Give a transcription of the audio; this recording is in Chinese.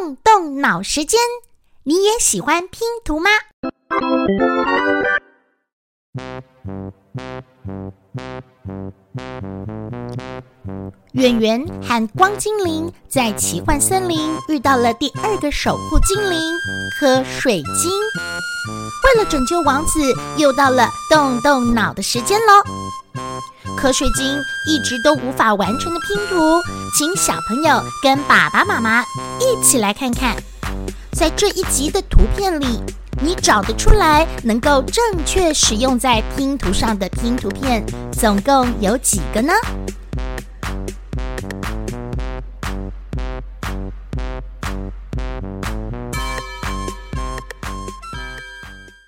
动动脑时间，你也喜欢拼图吗？圆圆和光精灵在奇幻森林遇到了第二个守护精灵瞌睡精。为了拯救王子，又到了动动脑的时间咯。瞌睡精一直都无法完成的拼图，请小朋友跟爸爸妈妈一起来看看，在这一集的图片里，你找得出来能够正确使用在拼图上的拼图片总共有几个呢？